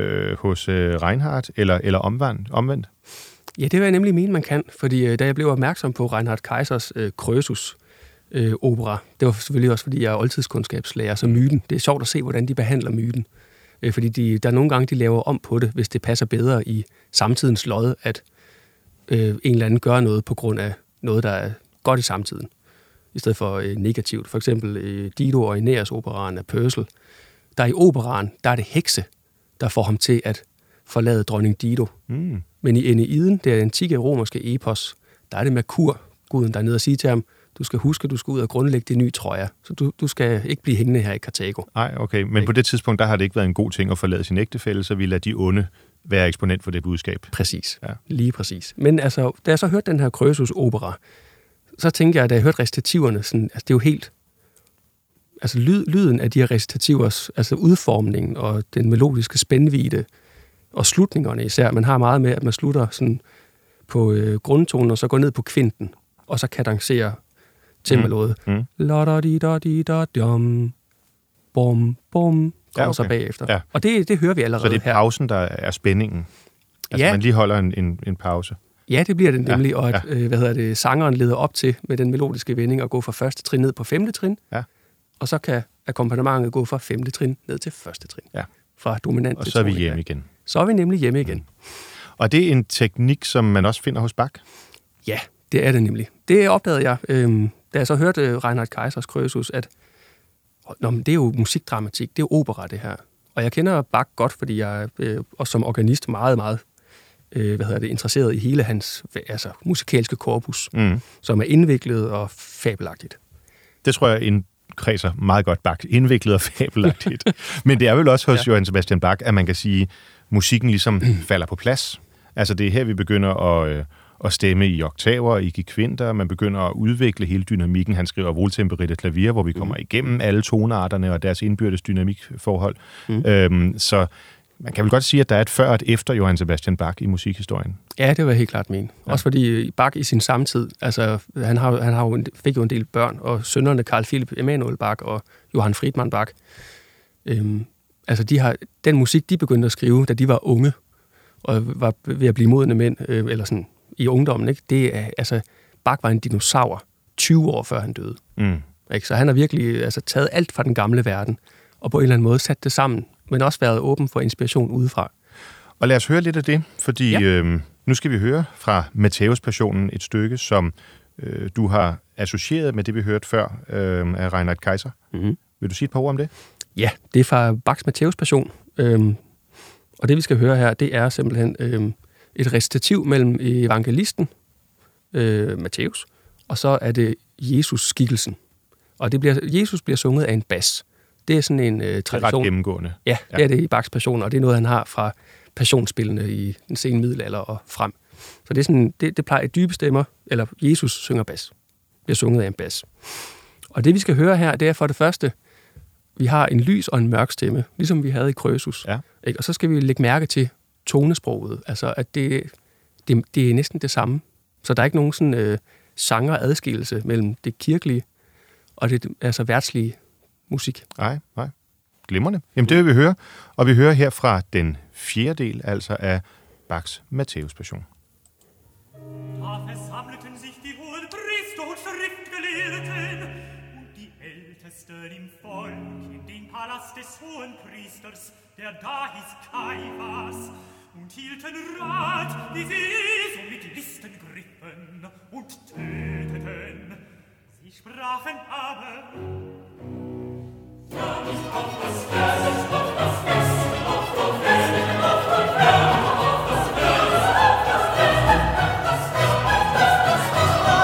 Reinhard, eller omvendt? Ja, det vil jeg nemlig mene, man kan, fordi da jeg blev opmærksom på Reinhard Kaisers Krøsus opera, det var selvfølgelig også, fordi jeg er oldtidskundskabslærer, så myten, det er sjovt at se, hvordan de behandler myten. Fordi der er nogle gange, de laver om på det, hvis det passer bedre i samtidens lod, at en eller anden gør noget på grund af noget, der er godt i samtiden, i stedet for negativt. For eksempel Dido og Aeneas-operaen af Purcell. Der i operaen, der er det hekse, der får ham til at forlade dronning Dido. Men i Eneiden, det er antikke romerske epos, der er det Merkur, guden, der er nede og siger til ham, du skal huske, at du skal ud og grundlægge det nye Troja, så du skal ikke blive hængende her i Karthago. Nej, okay. Men på det tidspunkt, der har det ikke været en god ting at forlade sin ægtefælle, så vi lader de onde være eksponent for det budskab. Præcis. Ja. Lige præcis. Men altså, da jeg så hørte den her Krøsus-opera, så tænkte jeg, da jeg hørte recitativerne, sådan, altså det er jo helt... Altså lyden af de her recitativers, altså udformningen og den melodiske spændvidde, og slutningerne især. Man har meget med, at man slutter sådan på grundtonen, og så går ned på kvinten, og så kadencerer temaloet. La-da-di-da-di-da-dum, bum, bum, kommer så bagefter. Ja. Og det hører vi allerede her. Så det er pausen, der er spændingen? Altså man lige holder en pause? Ja, det bliver det nemlig, og at, sangeren leder op til med den melodiske vending og gå fra første trin ned på 5. trin, og så kan akkompagnementet gå fra 5. trin ned til 1. trin. Ja. Fra dominant og til så er vi hjemme igen. Så er vi nemlig hjemme igen. Og det er en teknik, som man også finder hos Bach? Ja, det er det nemlig. Det opdagede jeg, da jeg så hørte Reinhard Kaisers Krøsus, at det er jo musikdramatik, det er jo opera, det her. Og jeg kender Bach godt, fordi jeg også som organist meget, meget interesseret i hele hans musikalske korpus, som er indviklet og fabelagtigt. Det tror jeg kredser meget godt Bach. Indviklet og fabelagtigt. Men det er vel også hos Johann Sebastian Bach, at man kan sige, at musikken ligesom falder på plads. Altså det er her, vi begynder at stemme i oktaver, i kvinter. Man begynder at udvikle hele dynamikken. Han skriver Wohltemperiertes Klavier, hvor vi kommer igennem alle tonarterne og deres indbyrdes dynamikforhold. Så man kan vel godt sige, at der er et før og et efter Johann Sebastian Bach i musikhistorien. Ja, det var helt klart min. Ja. Også fordi Bach i sin samtid, altså han fik jo en del børn, og sønnerne Carl Philipp Emanuel Bach og Johann Friedmann Bach. Den musik, de begyndte at skrive, da de var unge, og var ved at blive modne mænd, eller sådan i ungdommen, ikke? Det er, altså, Bach var en dinosaur 20 år før han døde. Ikke? Så han har virkelig taget alt fra den gamle verden, og på en eller anden måde sat det sammen, men også været åben for inspiration udefra. Og lad os høre lidt af det, fordi nu skal vi høre fra Matthæus-passionen et stykke, som du har associeret med det, vi hørte før af Reinhard Kaiser. Vil du sige et par ord om det? Ja, det er fra Bachs Matthæus-passion. Og det, vi skal høre her, det er simpelthen et recitativ mellem evangelisten, Matthæus, og så er det Jesus-skikkelsen. Og Jesus bliver sunget af en bas. Det er sådan en tradition. Det er ret gennemgående. Ja, det er det i Bachs passion, og det er noget, han har fra passionsspillene i den sene middelalder og frem. Så det er sådan, det plejer dybe stemmer, eller Jesus synger bas. Bliver sunget af en bas. Og det, vi skal høre her, det er for det første, vi har en lys og en mørk stemme, ligesom vi havde i Krøsus. Ja. Og så skal vi lægge mærke til tonesproget, altså at det er næsten det samme. Så der er ikke nogen sådan genre-adskillelse mellem det kirkelige og det værtslige musik. Nej. Glimrende. Jamen det vil vi høre, og vi hører her fra den 4. del, altså af Bachs Matthæus-passion. Da versammelten sich die hohen Priester und Schriftgelehrten und die Ältesten im Volk in den Palast des hohen Priesters, der da hieß Kaiphas, und hielten Rat, wie sie Jesu mit Listen griffen und töteten. Sie sprachen aber: Ja, nicht auf das Vers, nicht auf das Fest, auf das Fest, auf das Fest, auf das Fest, auf das Fest, das Fest, das Fest,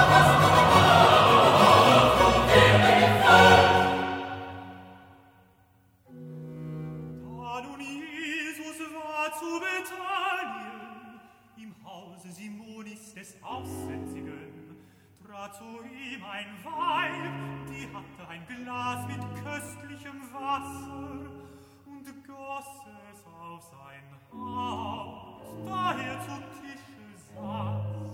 Da nun Jesus war zu Bethanien, im Hause Simonis des Aussätzigen, trat zu ihm ein Weib, die hatte ein Glas mit köstlichem Wasser und goss es auf sein Haupt, da er zu Tische saß.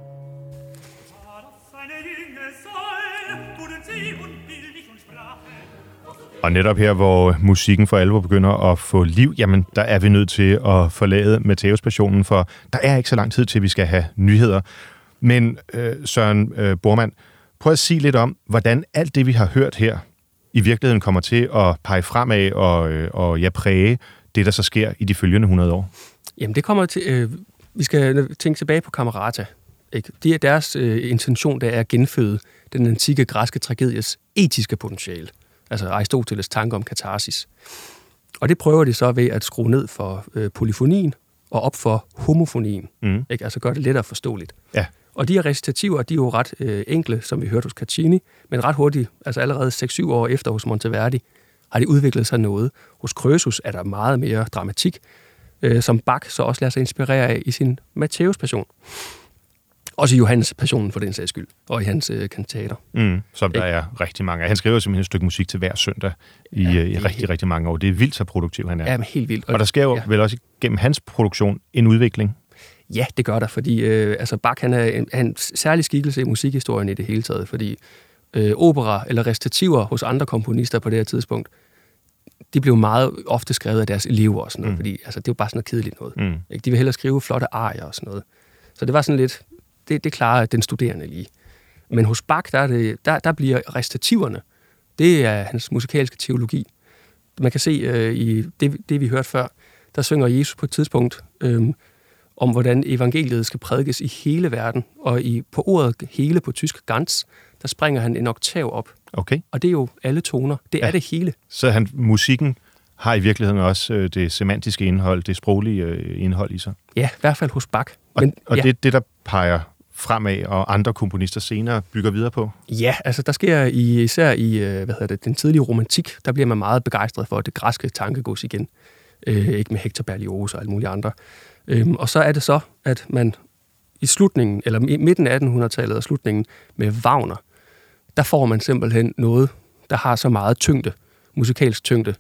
Da das seine Jünger soll, wurden sie unbillig und sprachen. Og netop her, hvor musikken for alvor begynder at få liv, jamen, der er vi nødt til at forlade Matthæus-passionen, for der er ikke så lang tid til, vi skal have nyheder. Men Søren Bormann, prøv at sige lidt om, hvordan alt det, vi har hørt her, i virkeligheden kommer til at pege fremad og præge det, der så sker i de følgende 100 år. Jamen, det kommer til... vi skal tænke tilbage på Camerata. Ikke? Det er deres intention, der er at genføde den antikke græske tragedies etiske potentiale. Altså Aristoteles tanke om katarsis. Og det prøver de så ved at skrue ned for polyfonien og op for homofonien. Ikke? Altså gør det lettere forståeligt. Ja. Og de her recitativer, de er jo ret enkle, som vi hørte hos Caccini, men ret hurtigt, altså allerede 6-7 år efter hos Monteverdi, har de udviklet sig noget. Hos Krøsus er der meget mere dramatik, som Bach så også lader sig inspirere af i sin Matthæus-passion. Også i Johannes Passionen for den sags skyld, og i hans kantater. Som der er rigtig mange af. Han skriver simpelthen et stykke musik til hver søndag i rigtig, rigtig mange år. Det er vildt så produktiv, han er. Ja, men helt vildt. Og der sker jo vel også gennem hans produktion en udvikling. Ja, det gør der, fordi Bach han er en særlig skikkelse i musikhistorien i det hele taget, fordi opera eller recitativer hos andre komponister på det her tidspunkt, de blev meget ofte skrevet af deres elever og sådan noget, fordi altså, det var bare sådan noget kedeligt noget. Ikke? De vil hellere skrive flotte arier og sådan noget. Så det var sådan lidt, det klarer den studerende lige. Men hos Bach, der bliver recitativerne, det er hans musikalske teologi. Man kan se i det, vi hørte før, der synger Jesus på et tidspunkt om, hvordan evangeliet skal prædikes i hele verden, og på ordet hele på tysk, ganz, der springer han en oktav op. Okay. Og det er jo alle toner. Det er det hele. Så musikken har i virkeligheden også det semantiske indhold, det sproglige indhold i sig. Ja, i hvert fald hos Bach. Og det er det, der peger fremad, og andre komponister senere bygger videre på? Ja, altså der sker især i den tidlige romantik, der bliver man meget begejstret for det græske tankegods igen. Ikke med Hector Berlioz og alle mulige andre. Og så er det så, at man i slutningen, eller midten af 1800-tallet og slutningen med Wagner, der får man simpelthen noget, der har så meget tyngde, musikalsk tyngde,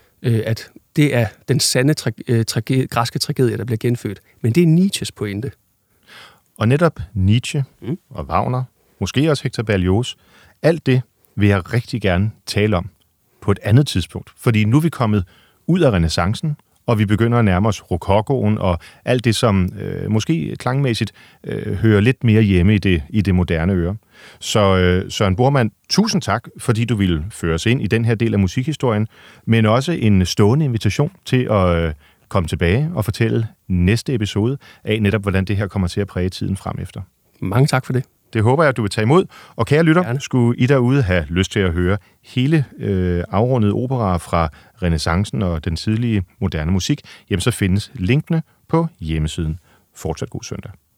at det er den sande græske tragedie, der bliver genfødt. Men det er Nietzsches pointe. Og netop Nietzsche og Wagner, måske også Hector Berlioz, alt det vil jeg rigtig gerne tale om på et andet tidspunkt. Fordi nu er vi kommet ud af renæssancen, og vi begynder at nærme os rokokoen og alt det, som måske klangmæssigt hører lidt mere hjemme i det moderne øre. Så Søren Bormann, tusind tak, fordi du ville føre os ind i den her del af musikhistorien, men også en stående invitation til at komme tilbage og fortælle næste episode af netop, hvordan det her kommer til at præge tiden frem efter. Mange tak for det. Det håber jeg, at du vil tage imod. Og kære lytter, skulle I derude have lyst til at høre hele afrundede operaer fra renæssancen og den tidlige moderne musik, jamen så findes linkene på hjemmesiden. Fortsat god søndag.